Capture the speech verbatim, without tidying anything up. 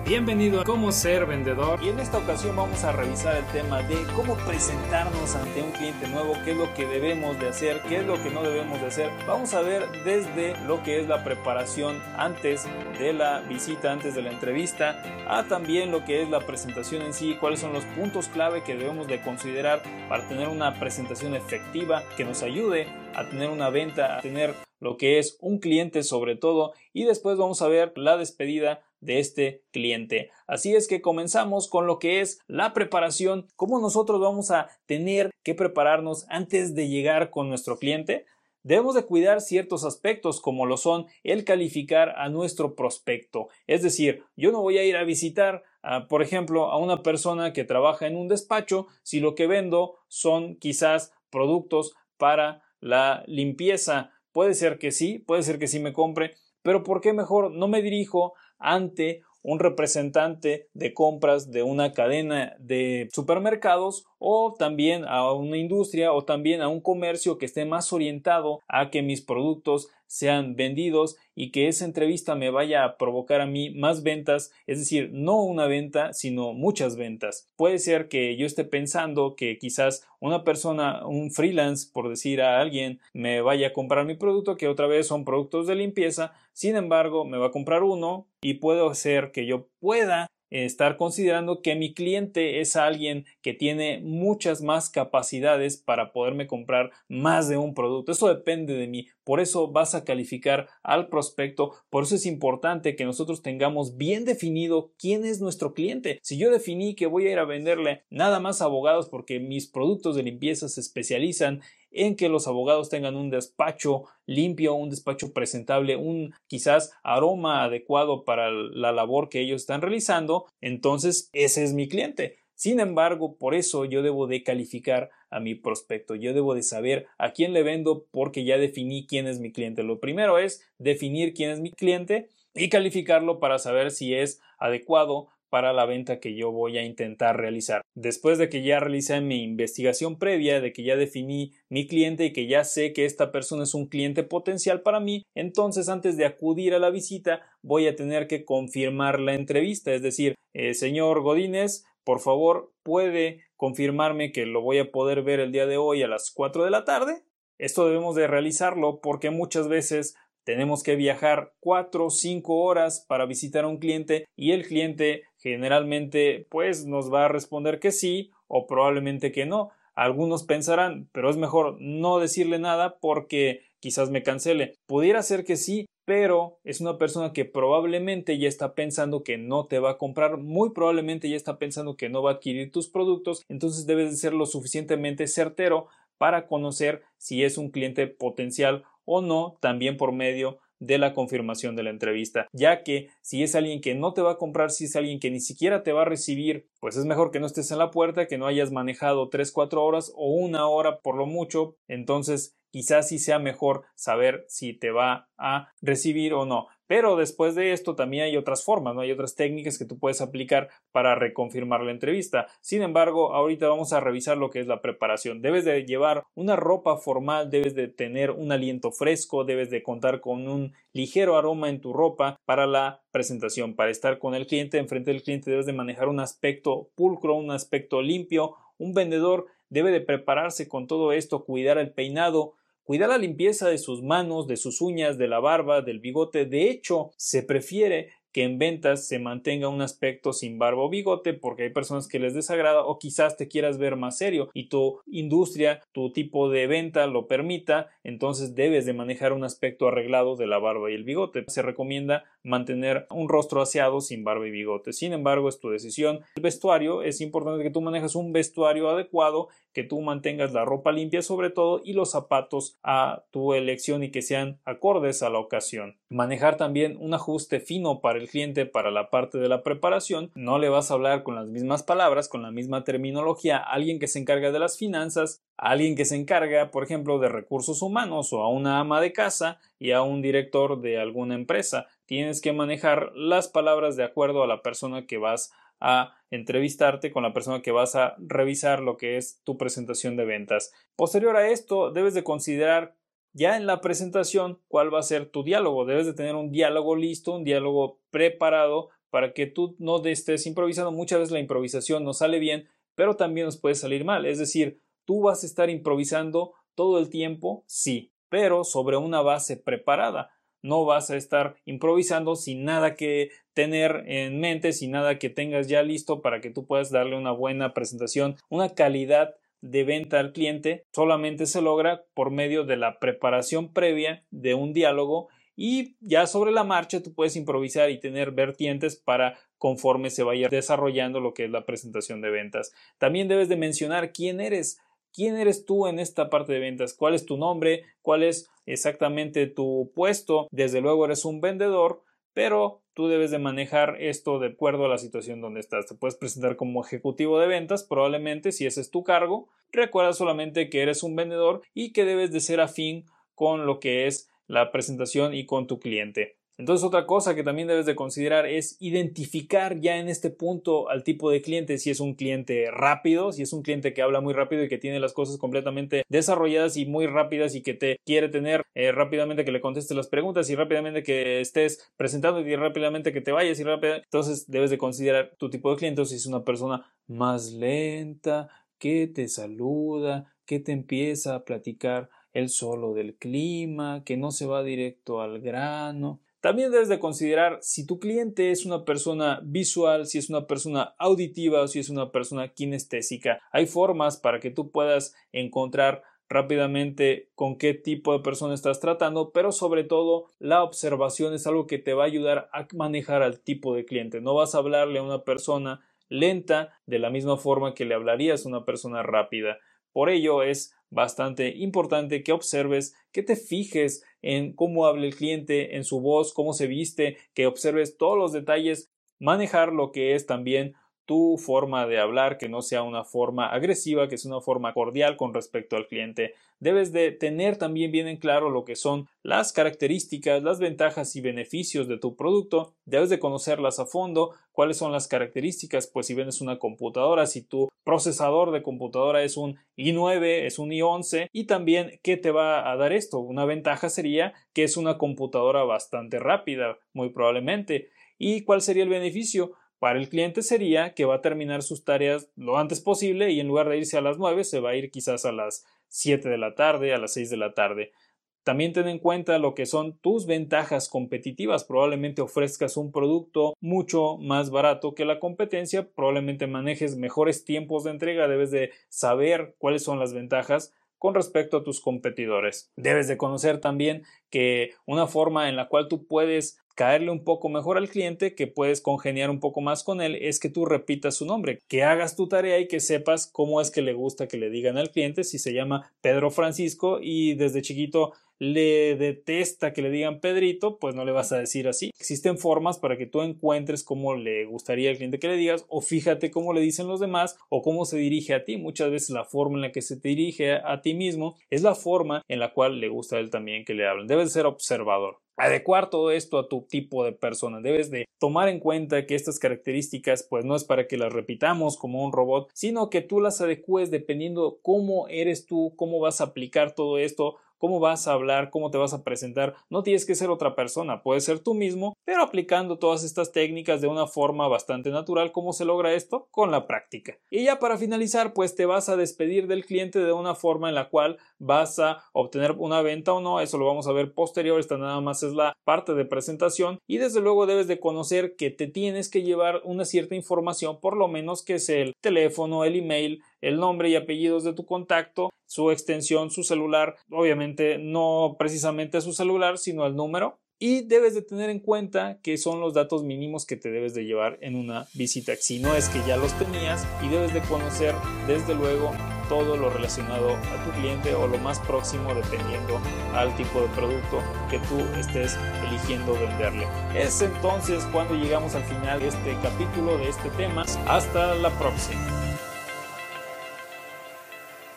Bienvenido a Cómo Ser Vendedor. Y en esta ocasión vamos a revisar el tema de cómo presentarnos ante un cliente nuevo, qué es lo que debemos de hacer, qué es lo que no debemos de hacer. Vamos a ver desde lo que es la preparación antes de la visita, antes de la entrevista, a también lo que es la presentación en sí, cuáles son los puntos clave que debemos de considerar para tener una presentación efectiva que nos ayude a tener una venta, a tener lo que es un cliente sobre todo, y después vamos a ver la despedida de este cliente. Así es que comenzamos con lo que es la preparación, cómo nosotros vamos a tener que prepararnos antes de llegar con nuestro cliente. Debemos de cuidar ciertos aspectos como lo son el calificar a nuestro prospecto. Es decir, yo no voy a ir a visitar, a, por ejemplo, a una persona que trabaja en un despacho si lo que vendo son quizás productos para la limpieza. Puede ser que sí, puede ser que sí me compre, pero ¿por qué mejor no me dirijo ante un representante de compras de una cadena de supermercados o también a una industria o también a un comercio que esté más orientado a que mis productos sean vendidos y que esa entrevista me vaya a provocar a mí más ventas, es decir, no una venta, sino muchas ventas? Puede ser que yo esté pensando que quizás una persona, un freelance, por decir a alguien, me vaya a comprar mi producto, que otra vez son productos de limpieza, sin embargo, me va a comprar uno y puede ser que yo pueda estar considerando que mi cliente es alguien que tiene muchas más capacidades para poderme comprar más de un producto. Eso depende de mí. Por eso vas a calificar al prospecto. Por eso es importante que nosotros tengamos bien definido quién es nuestro cliente. Si yo definí que voy a ir a venderle nada más a abogados porque mis productos de limpieza se especializan en que los abogados tengan un despacho limpio, un despacho presentable, un quizás aroma adecuado para la labor que ellos están realizando, entonces ese es mi cliente. Sin embargo, por eso yo debo de calificar a mi prospecto, yo debo de saber a quién le vendo porque ya definí quién es mi cliente. Lo primero es definir quién es mi cliente y calificarlo para saber si es adecuado para la venta que yo voy a intentar realizar. Después de que ya realicé mi investigación previa, de que ya definí mi cliente y que ya sé que esta persona es un cliente potencial para mí, entonces antes de acudir a la visita voy a tener que confirmar la entrevista, es decir, eh, señor Godínez, por favor, ¿puede confirmarme que lo voy a poder ver el día de hoy a las cuatro de la tarde? Esto debemos de realizarlo porque muchas veces tenemos que viajar cuatro o cinco horas para visitar a un cliente y el cliente generalmente pues nos va a responder que sí o probablemente que no. Algunos pensarán, pero es mejor no decirle nada porque quizás me cancele. Pudiera ser que sí, pero es una persona que probablemente ya está pensando que no te va a comprar, muy probablemente ya está pensando que no va a adquirir tus productos, entonces debes de ser lo suficientemente certero para conocer si es un cliente potencial o no, también por medio de la confirmación de la entrevista, ya que si es alguien que no te va a comprar, si es alguien que ni siquiera te va a recibir, pues es mejor que no estés en la puerta, que no hayas manejado tres, cuatro horas o una hora por lo mucho, entonces quizás sí sea mejor saber si te va a recibir o no. Pero después de esto también hay otras formas, ¿no? Hay otras técnicas que tú puedes aplicar para reconfirmar la entrevista. Sin embargo, ahorita vamos a revisar lo que es la preparación. Debes de llevar una ropa formal, debes de tener un aliento fresco, debes de contar con un ligero aroma en tu ropa para la presentación. Para estar con el cliente, enfrente del cliente debes de manejar un aspecto pulcro, un aspecto limpio. Un vendedor debe de prepararse con todo esto, cuidar el peinado, cuidar la limpieza de sus manos, de sus uñas, de la barba, del bigote. De hecho, se prefiere que en ventas se mantenga un aspecto sin barba o bigote porque hay personas que les desagrada o quizás te quieras ver más serio y tu industria, tu tipo de venta lo permita, entonces debes de manejar un aspecto arreglado de la barba y el bigote. Se recomienda mantener un rostro aseado sin barba y bigote. Sin embargo, es tu decisión. El vestuario, es importante que tú manejes un vestuario adecuado, que tú mantengas la ropa limpia sobre todo y los zapatos a tu elección y que sean acordes a la ocasión. Manejar también un ajuste fino para el cliente para la parte de la preparación. No le vas a hablar con las mismas palabras, con la misma terminología a alguien que se encarga de las finanzas, a alguien que se encarga, por ejemplo, de recursos humanos o a una ama de casa y a un director de alguna empresa. Tienes que manejar las palabras de acuerdo a la persona que vas a entrevistarte, con la persona que vas a revisar lo que es tu presentación de ventas. Posterior a esto, debes de considerar ya en la presentación cuál va a ser tu diálogo. Debes de tener un diálogo listo, un diálogo preparado para que tú no estés improvisando. Muchas veces la improvisación nos sale bien, pero también nos puede salir mal. Es decir, tú vas a estar improvisando todo el tiempo, sí, pero sobre una base preparada. No vas a estar improvisando sin nada que tener en mente, sin nada que tengas ya listo para que tú puedas darle una buena presentación, una calidad de venta al cliente. Solamente se logra por medio de la preparación previa de un diálogo, y ya sobre la marcha tú puedes improvisar y tener vertientes para conforme se vaya desarrollando lo que es la presentación de ventas. También debes de mencionar quién eres. ¿Quién eres tú en esta parte de ventas? ¿Cuál es tu nombre? ¿Cuál es exactamente tu puesto? Desde luego eres un vendedor, pero tú debes de manejar esto de acuerdo a la situación donde estás. Te puedes presentar como ejecutivo de ventas, probablemente, si ese es tu cargo. Recuerda solamente que eres un vendedor y que debes de ser afín con lo que es la presentación y con tu cliente. Entonces, otra cosa que también debes de considerar es identificar ya en este punto al tipo de cliente, si es un cliente rápido, si es un cliente que habla muy rápido y que tiene las cosas completamente desarrolladas y muy rápidas y que te quiere tener eh, rápidamente que le contestes las preguntas y rápidamente que estés presentando y rápidamente que te vayas y rápidamente. Entonces, debes de considerar tu tipo de cliente. O si es una persona más lenta, que te saluda, que te empieza a platicar él solo del clima, que no se va directo al grano. También debes de considerar si tu cliente es una persona visual, si es una persona auditiva o si es una persona kinestésica. Hay formas para que tú puedas encontrar rápidamente con qué tipo de persona estás tratando, pero sobre todo la observación es algo que te va a ayudar a manejar al tipo de cliente. No vas a hablarle a una persona lenta de la misma forma que le hablarías a una persona rápida. Por ello es bastante importante que observes, que te fijes en cómo habla el cliente, en su voz, cómo se viste, que observes todos los detalles, manejar lo que es también tu forma de hablar, que no sea una forma agresiva, que sea una forma cordial con respecto al cliente. Debes de tener también bien en claro lo que son las características, las ventajas y beneficios de tu producto. Debes de conocerlas a fondo. ¿Cuáles son las características? Pues si vendes una computadora, si tu procesador de computadora es un i nueve, es un i once, y también ¿qué te va a dar esto? Una ventaja sería que es una computadora bastante rápida, muy probablemente. ¿Y cuál sería el beneficio? Para el cliente sería que va a terminar sus tareas lo antes posible y en lugar de irse a las nueve se va a ir quizás a las siete de la tarde, a las seis de la tarde. También ten en cuenta lo que son tus ventajas competitivas. Probablemente ofrezcas un producto mucho más barato que la competencia, probablemente manejes mejores tiempos de entrega, debes de saber cuáles son las ventajas con respecto a tus competidores. Debes de conocer también que una forma en la cual tú puedes caerle un poco mejor al cliente, que puedes congeniar un poco más con él, es que tú repitas su nombre, que hagas tu tarea y que sepas cómo es que le gusta que le digan al cliente. Si se llama Pedro Francisco y desde chiquito le detesta que le digan Pedrito, pues no le vas a decir así. Existen formas para que tú encuentres cómo le gustaría al cliente que le digas, o fíjate cómo le dicen los demás o cómo se dirige a ti. Muchas veces la forma en la que se te dirige a, a ti mismo es la forma en la cual le gusta a él también que le hablen. Debes ser observador. Adecuar todo esto a tu tipo de persona. Debes de tomar en cuenta que estas características pues no es para que las repitamos como un robot, sino que tú las adecues dependiendo cómo eres tú, cómo vas a aplicar todo esto, cómo vas a hablar, cómo te vas a presentar. No tienes que ser otra persona, puedes ser tú mismo, pero aplicando todas estas técnicas de una forma bastante natural. ¿Cómo se logra esto? Con la práctica. Y ya para finalizar, pues te vas a despedir del cliente de una forma en la cual vas a obtener una venta o no. Eso lo vamos a ver posterior. Esta nada más es la parte de presentación, y desde luego debes de conocer que te tienes que llevar una cierta información, por lo menos que es el teléfono, el email, el nombre y apellidos de tu contacto, su extensión, su celular, obviamente no precisamente su celular, sino el número. Y debes de tener en cuenta que son los datos mínimos que te debes de llevar en una visita, si no es que ya los tenías, y debes de conocer desde luego todo lo relacionado a tu cliente o lo más próximo dependiendo al tipo de producto que tú estés eligiendo venderle. Es entonces cuando llegamos al final de este capítulo, de este tema. Hasta la próxima.